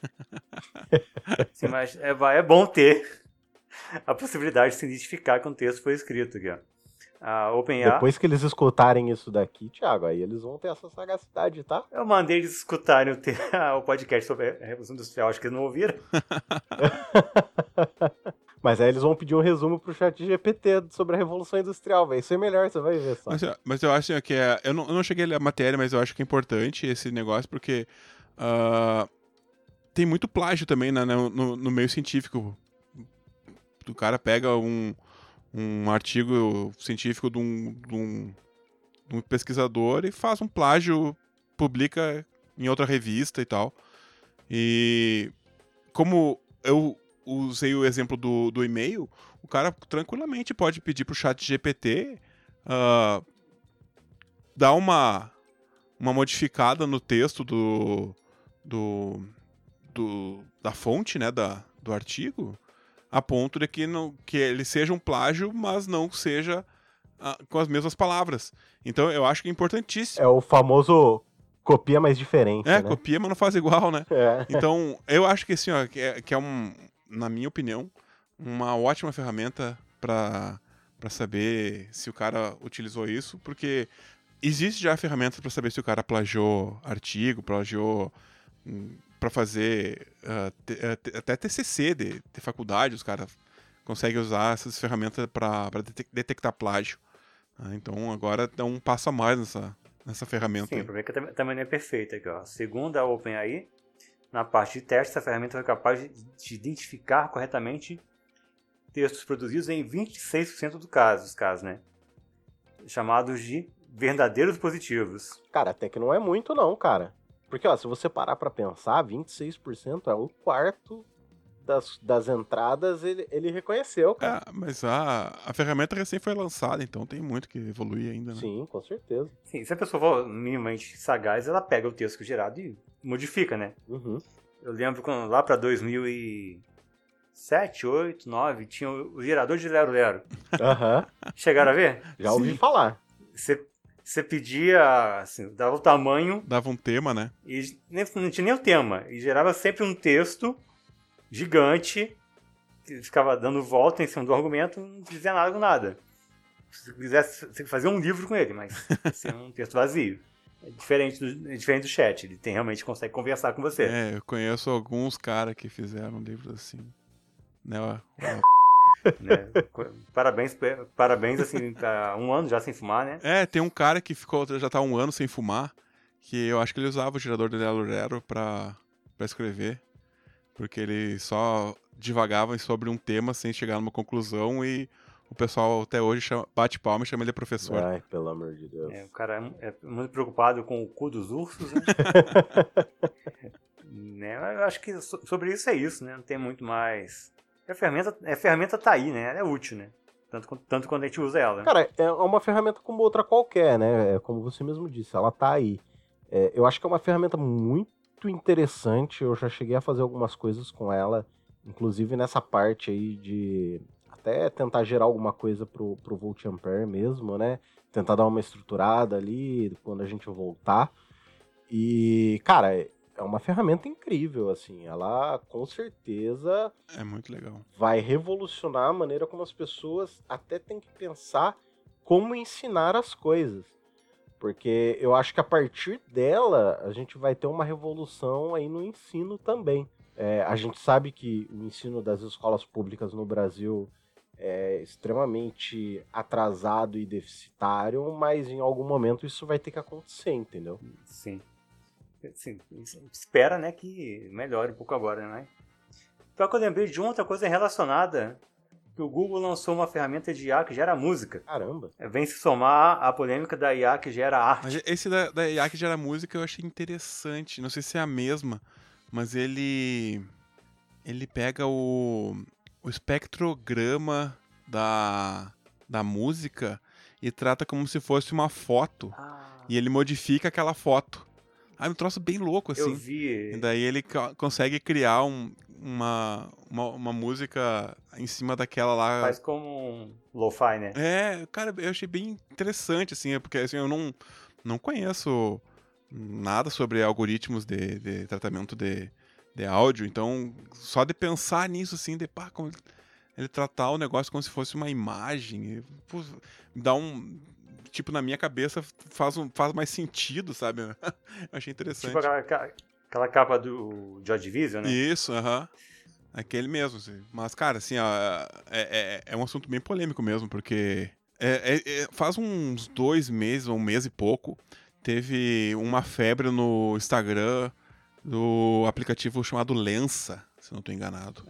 Speaker 3: Sim, mas é bom ter a possibilidade de se identificar que um texto foi escrito aqui, ó. A OpenAI...
Speaker 1: Depois que eles escutarem isso daqui, Thiago, aí eles vão ter essa sagacidade, tá?
Speaker 3: Eu mandei eles escutarem o podcast sobre a Revolução Industrial, acho que eles não ouviram.
Speaker 1: Mas aí eles vão pedir um resumo pro ChatGPT sobre a Revolução Industrial, vai ser melhor, você vai ver só.
Speaker 2: Mas eu acho que eu não cheguei a ler a matéria, mas eu acho que é importante esse negócio, porque tem muito plágio também, né, no meio científico. O cara pega um artigo científico de um pesquisador e faz um plágio, publica em outra revista e tal. E como eu usei o exemplo do e-mail, o cara tranquilamente pode pedir pro ChatGPT dar uma modificada no texto da fonte, né, do artigo, a ponto de que ele seja um plágio, mas não seja com as mesmas palavras. Então eu acho que é importantíssimo.
Speaker 1: É o famoso copia, mas diferente, né?
Speaker 2: Copia, mas não faz igual, né?
Speaker 1: É.
Speaker 2: Então eu acho que assim, ó, que é na minha opinião, uma ótima ferramenta para saber se o cara utilizou isso, porque existe já ferramentas para saber se o cara plagiou artigo, plagiou para fazer até TCC de faculdade, os caras conseguem usar essas ferramentas para detectar plágio. Então agora dá um passo a mais nessa ferramenta.
Speaker 3: Sim, o problema é que também não é perfeita aqui, ó. Segundo a OpenAI, na parte de teste, essa ferramenta foi capaz de identificar corretamente textos produzidos em 26% dos casos, né? Chamados de verdadeiros positivos.
Speaker 1: Cara, até que não é muito não, cara. Porque, ó, se você parar pra pensar, 26% é um quarto das entradas ele reconheceu, cara.
Speaker 2: Mas a ferramenta recém foi lançada, então tem muito que evoluir ainda, né?
Speaker 1: Sim, com certeza.
Speaker 3: Sim, se a pessoa for minimamente sagaz, ela pega o texto gerado e modifica, né?
Speaker 1: Uhum.
Speaker 3: Eu lembro quando lá pra 2007, 2008, 2009, tinha o gerador de Lero Lero.
Speaker 1: Aham.
Speaker 3: Chegaram a ver?
Speaker 1: Já ouvi falar.
Speaker 3: Você pedia, assim, dava o tamanho.
Speaker 2: Dava um tema, né?
Speaker 3: E não tinha nem o tema. E gerava sempre um texto gigante que ficava dando volta em cima do argumento, não dizia nada com nada. Se quisesse, você fazia um livro com ele, mas assim, um texto vazio. É diferente do chat. Ele realmente consegue conversar com você.
Speaker 2: Eu conheço alguns caras que fizeram livros assim. Né?
Speaker 3: Né? Parabéns, assim, tá 1 ano já sem fumar, né?
Speaker 2: Tem um cara que já tá 1 ano sem fumar, que eu acho que ele usava o gerador de Lero Lero pra escrever, porque ele só divagava sobre um tema sem chegar numa conclusão e o pessoal até hoje bate palma e chama ele de professor.
Speaker 1: Ai, pelo amor de Deus.
Speaker 3: O cara é muito preocupado com o cu dos ursos, né? Né? Eu acho que sobre isso é isso, né? Não tem muito mais... A ferramenta tá aí, né? Ela é útil, né? Tanto quando a gente usa ela.
Speaker 1: Cara, é uma ferramenta como outra qualquer, né? Como você mesmo disse, ela tá aí. Eu acho que é uma ferramenta muito interessante. Eu já cheguei a fazer algumas coisas com ela, inclusive nessa parte aí de até tentar gerar alguma coisa pro Volt Ampere mesmo, né? Tentar dar uma estruturada ali quando a gente voltar. E, cara, é uma ferramenta incrível, assim. Ela, com certeza...
Speaker 2: É muito legal.
Speaker 1: Vai revolucionar a maneira como as pessoas até têm que pensar como ensinar as coisas. Porque eu acho que a partir dela, a gente vai ter uma revolução aí no ensino também. A gente sabe que o ensino das escolas públicas no Brasil é extremamente atrasado e deficitário, mas em algum momento isso vai ter que acontecer, entendeu?
Speaker 3: Sim. Sim, espera, né, que melhore um pouco agora, né? Só que eu lembrei de outra coisa relacionada, que o Google lançou uma ferramenta de IA que gera música.
Speaker 1: Caramba!
Speaker 3: Vem se somar à polêmica da IA que gera arte.
Speaker 2: Mas esse da IA que gera música eu achei interessante. Não sei se é a mesma, mas ele pega o espectrograma da música e trata como se fosse uma foto. E ele modifica aquela foto. Um troço bem louco, assim.
Speaker 3: Eu vi.
Speaker 2: E daí ele consegue criar uma música em cima daquela lá.
Speaker 3: Faz como um lo-fi, né?
Speaker 2: Cara, eu achei bem interessante, assim, porque assim, eu não conheço nada sobre algoritmos de tratamento de áudio, então só de pensar nisso, assim, como ele tratar o negócio como se fosse uma imagem, dá um... Tipo, na minha cabeça faz mais sentido, sabe? Eu achei interessante.
Speaker 3: Tipo aquela capa do Joy Division, né?
Speaker 2: Isso, aquele mesmo. Assim. Mas, cara, assim, ó, é um assunto bem polêmico mesmo, porque faz uns 2 meses, ou 1 mês e pouco, teve uma febre no Instagram do aplicativo chamado Lensa, se não estou enganado.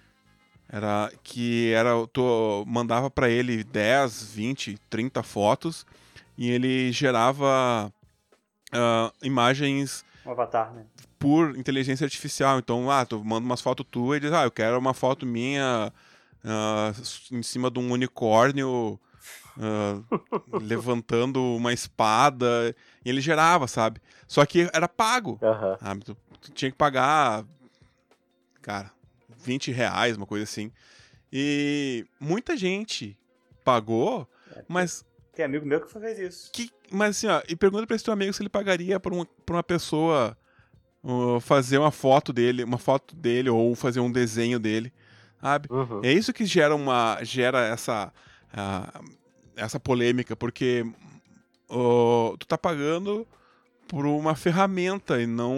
Speaker 2: Tu mandava pra ele 10, 20, 30 fotos e ele gerava imagens...
Speaker 3: Um avatar, né?
Speaker 2: Por inteligência artificial. Então, tu manda umas fotos tuas e diz, eu quero uma foto minha em cima de um unicórnio levantando uma espada. E ele gerava, sabe? Só que era pago. Sabe? Tu tinha que pagar, cara, R$20, uma coisa assim. E muita gente pagou, mas...
Speaker 3: Tem amigo meu que fez isso.
Speaker 2: Mas assim, e pergunta pra esse teu amigo se ele pagaria por uma pessoa fazer uma foto dele ou fazer um desenho dele, sabe? É isso que gera essa polêmica, porque tu tá pagando por uma ferramenta e não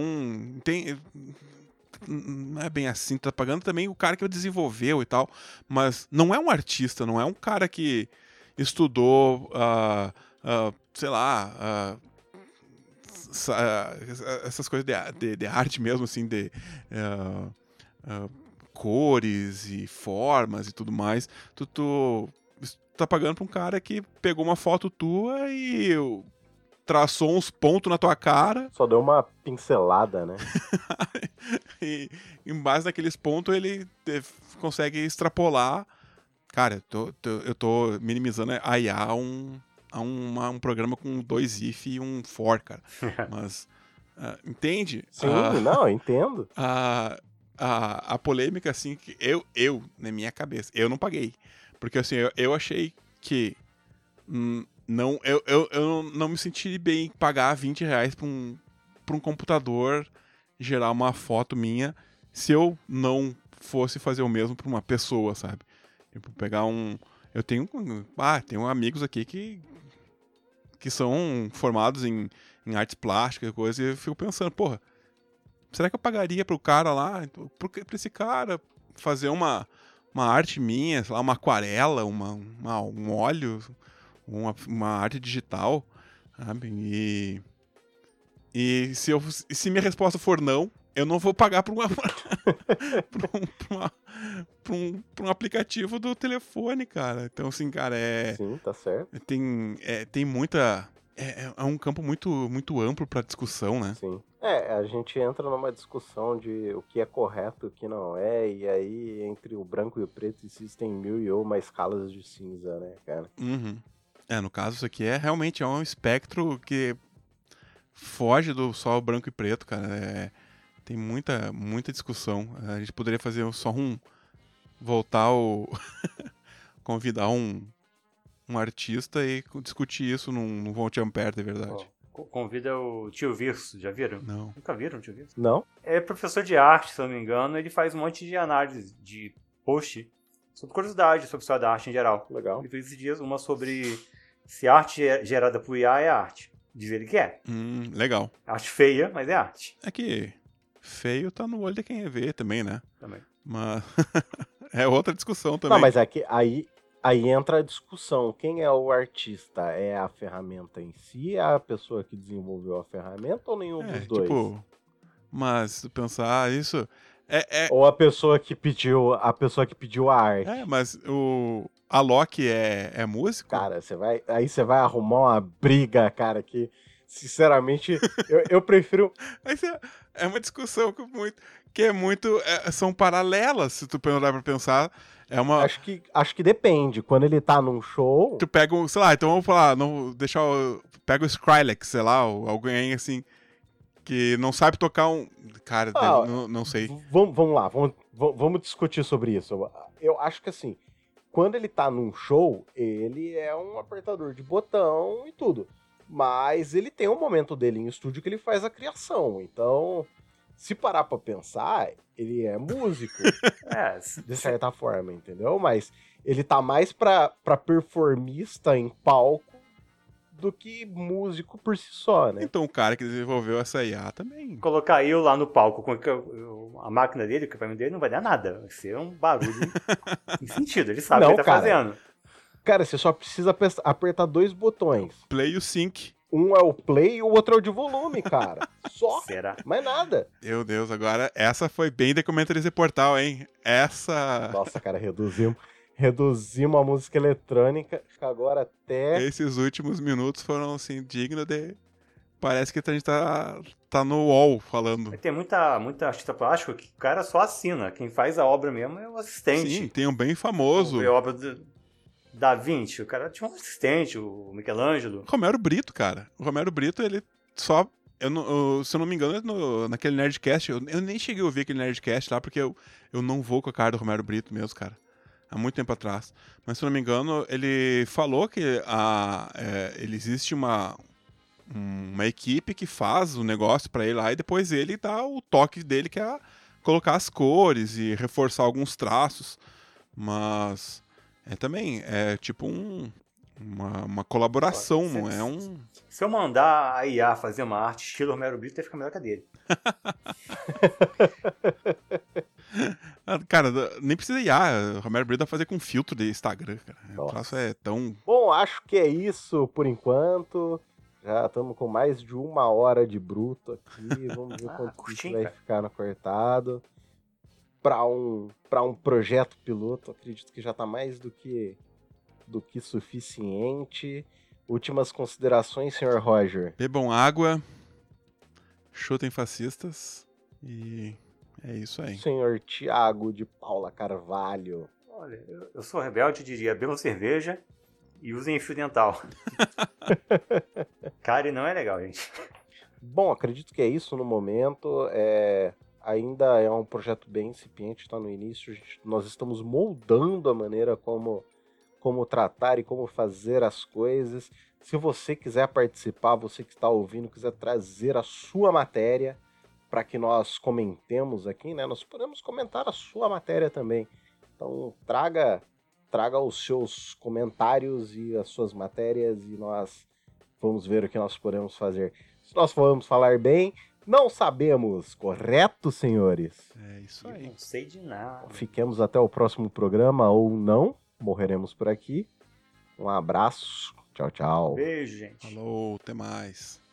Speaker 2: é bem assim, tu tá pagando também o cara que desenvolveu e tal, mas não é um artista, não é um cara que estudou, sei lá, essas coisas de arte mesmo, assim, de cores e formas e tudo mais. Tu tá pagando pra um cara que pegou uma foto tua e traçou uns pontos na tua cara.
Speaker 1: Só deu uma pincelada, né?
Speaker 2: E em base naqueles pontos ele consegue extrapolar. Cara, eu tô minimizando a IA a um programa com 2 if e um for, cara. Mas, entende?
Speaker 1: Sim, não, entendo.
Speaker 2: A polêmica, assim, que eu, na minha cabeça, eu não paguei. Porque, assim, eu achei que eu não me senti bem em pagar R$20 pra um computador gerar uma foto minha se eu não fosse fazer o mesmo pra uma pessoa, sabe? Tipo, pegar eu tenho amigos aqui que são formados em artes plásticas e coisa, e eu fico pensando, porra, será que eu pagaria pro cara lá, pra esse cara fazer uma arte minha, sei lá, uma aquarela, um óleo, uma arte digital, sabe? E se minha resposta for não, eu não vou pagar por um aplicativo do telefone, cara. Então, assim, cara,
Speaker 1: Sim, tá certo.
Speaker 2: Tem muita... É um campo muito, muito amplo pra discussão, né?
Speaker 1: Sim. A gente entra numa discussão de o que é correto e o que não é, e aí entre o branco e o preto existem 1001 escalas de cinza, né, cara?
Speaker 2: Uhum. No caso, isso aqui realmente um espectro que foge do só branco e preto, cara. Tem muita, muita discussão. A gente poderia fazer só convidar um artista e discutir isso num Volte Ampere, de verdade.
Speaker 3: Convida o Tio Virso, já viram?
Speaker 2: Não.
Speaker 3: Nunca viram o Tio Virso?
Speaker 1: Não.
Speaker 3: É professor de arte, se eu não me engano, ele faz um monte de análise de post sobre curiosidade, sobre história da arte em geral.
Speaker 1: Legal.
Speaker 3: Ele fez esses dias uma sobre se arte gerada por IA é arte. Diz ele que é.
Speaker 2: Legal.
Speaker 3: Arte feia, mas é arte.
Speaker 2: É que feio tá no olho de quem vê também, né?
Speaker 3: Também.
Speaker 2: Mas é outra discussão também.
Speaker 1: Não, mas é que aí entra a discussão. Quem é o artista? É a ferramenta em si? É a pessoa que desenvolveu a ferramenta ou nenhum dos dois?
Speaker 2: Mas pensar isso...
Speaker 1: Ou a pessoa que pediu a arte.
Speaker 2: Mas a Loki é músico?
Speaker 1: Cara, você vai arrumar uma briga, cara, que sinceramente eu prefiro...
Speaker 2: É uma discussão que é muito... são paralelas, se tu parar pra pensar.
Speaker 1: Acho que depende. Quando ele tá num show...
Speaker 2: Tu pega sei lá, então vamos falar, pega o Skrillex, sei lá, ou alguém assim, que não sabe tocar Cara, não sei.
Speaker 1: Vamos lá, vamos discutir sobre isso. Eu acho que assim, quando ele tá num show, ele é um apertador de botão e tudo. Mas ele tem um momento dele em estúdio que ele faz a criação. Então, se parar pra pensar, ele é músico. De certa forma, entendeu? Mas ele tá mais pra performista em palco do que músico por si só, né?
Speaker 2: Então o cara que desenvolveu essa IA também.
Speaker 3: Colocar eu lá no palco com a máquina dele, o equipamento dele, não vai dar nada. Vai ser um barulho sem sentido. Ele sabe o que ele tá fazendo.
Speaker 1: Cara, você só precisa apertar 2 botões.
Speaker 2: Play e o sync.
Speaker 1: Um é o play e o outro é o de volume, cara. Só.
Speaker 3: Será?
Speaker 1: Mais nada.
Speaker 2: Meu Deus, agora essa foi bem de comentarista portal, hein?
Speaker 1: Nossa, cara, reduzimos a música eletrônica agora até...
Speaker 2: Esses últimos minutos foram, assim, dignos de... Parece que a gente tá no UOL falando.
Speaker 3: Tem muita artista plástico que o cara só assina. Quem faz a obra mesmo é o assistente.
Speaker 2: Sim, tem um bem famoso.
Speaker 3: A obra Da Vinci, o cara tinha um assistente, o Michelangelo.
Speaker 2: Romero Brito, cara. O Romero Brito, ele só... se eu não me engano, naquele Nerdcast, eu nem cheguei a ouvir aquele Nerdcast lá, porque eu não vou com a cara do Romero Brito mesmo, cara. Há muito tempo atrás. Mas, se eu não me engano, ele falou que ele existe uma equipe que faz o negócio pra ele lá e depois ele dá o toque dele, que é colocar as cores e reforçar alguns traços. Mas também é tipo uma colaboração, não é um...
Speaker 3: Se eu mandar a IA fazer uma arte estilo Romero Brito, vai ficar melhor que a dele.
Speaker 2: Cara, nem precisa IA. O Romero Brito vai fazer com filtro de Instagram, cara. O troço é tão...
Speaker 1: Bom, acho que é isso por enquanto. Já estamos com mais de 1 hora de bruto aqui. Vamos ver quanto isso vai ficar no cortado. Para um projeto piloto, acredito que já está mais do que suficiente. Últimas considerações, senhor Roger?
Speaker 2: Bebam água, chutem fascistas e é isso aí.
Speaker 1: Senhor Tiago de Paula Carvalho.
Speaker 3: Olha, eu sou rebelde, diria, bebam cerveja e usem fio dental. Cárie não é legal, gente.
Speaker 1: Bom, acredito que é isso no momento. Ainda é um projeto bem incipiente, está no início. Nós estamos moldando a maneira como tratar e como fazer as coisas. Se você quiser participar, você que está ouvindo, quiser trazer a sua matéria para que nós comentemos aqui, né? Nós podemos comentar a sua matéria também. Então traga os seus comentários e as suas matérias e nós vamos ver o que nós podemos fazer. Se nós formos falar bem, não sabemos, correto, senhores?
Speaker 2: É isso aí.
Speaker 3: Eu não sei de nada.
Speaker 1: Fiquemos até o próximo programa ou não. Morreremos por aqui. Um abraço. Tchau, tchau.
Speaker 3: Beijo, gente.
Speaker 2: Falou, até mais.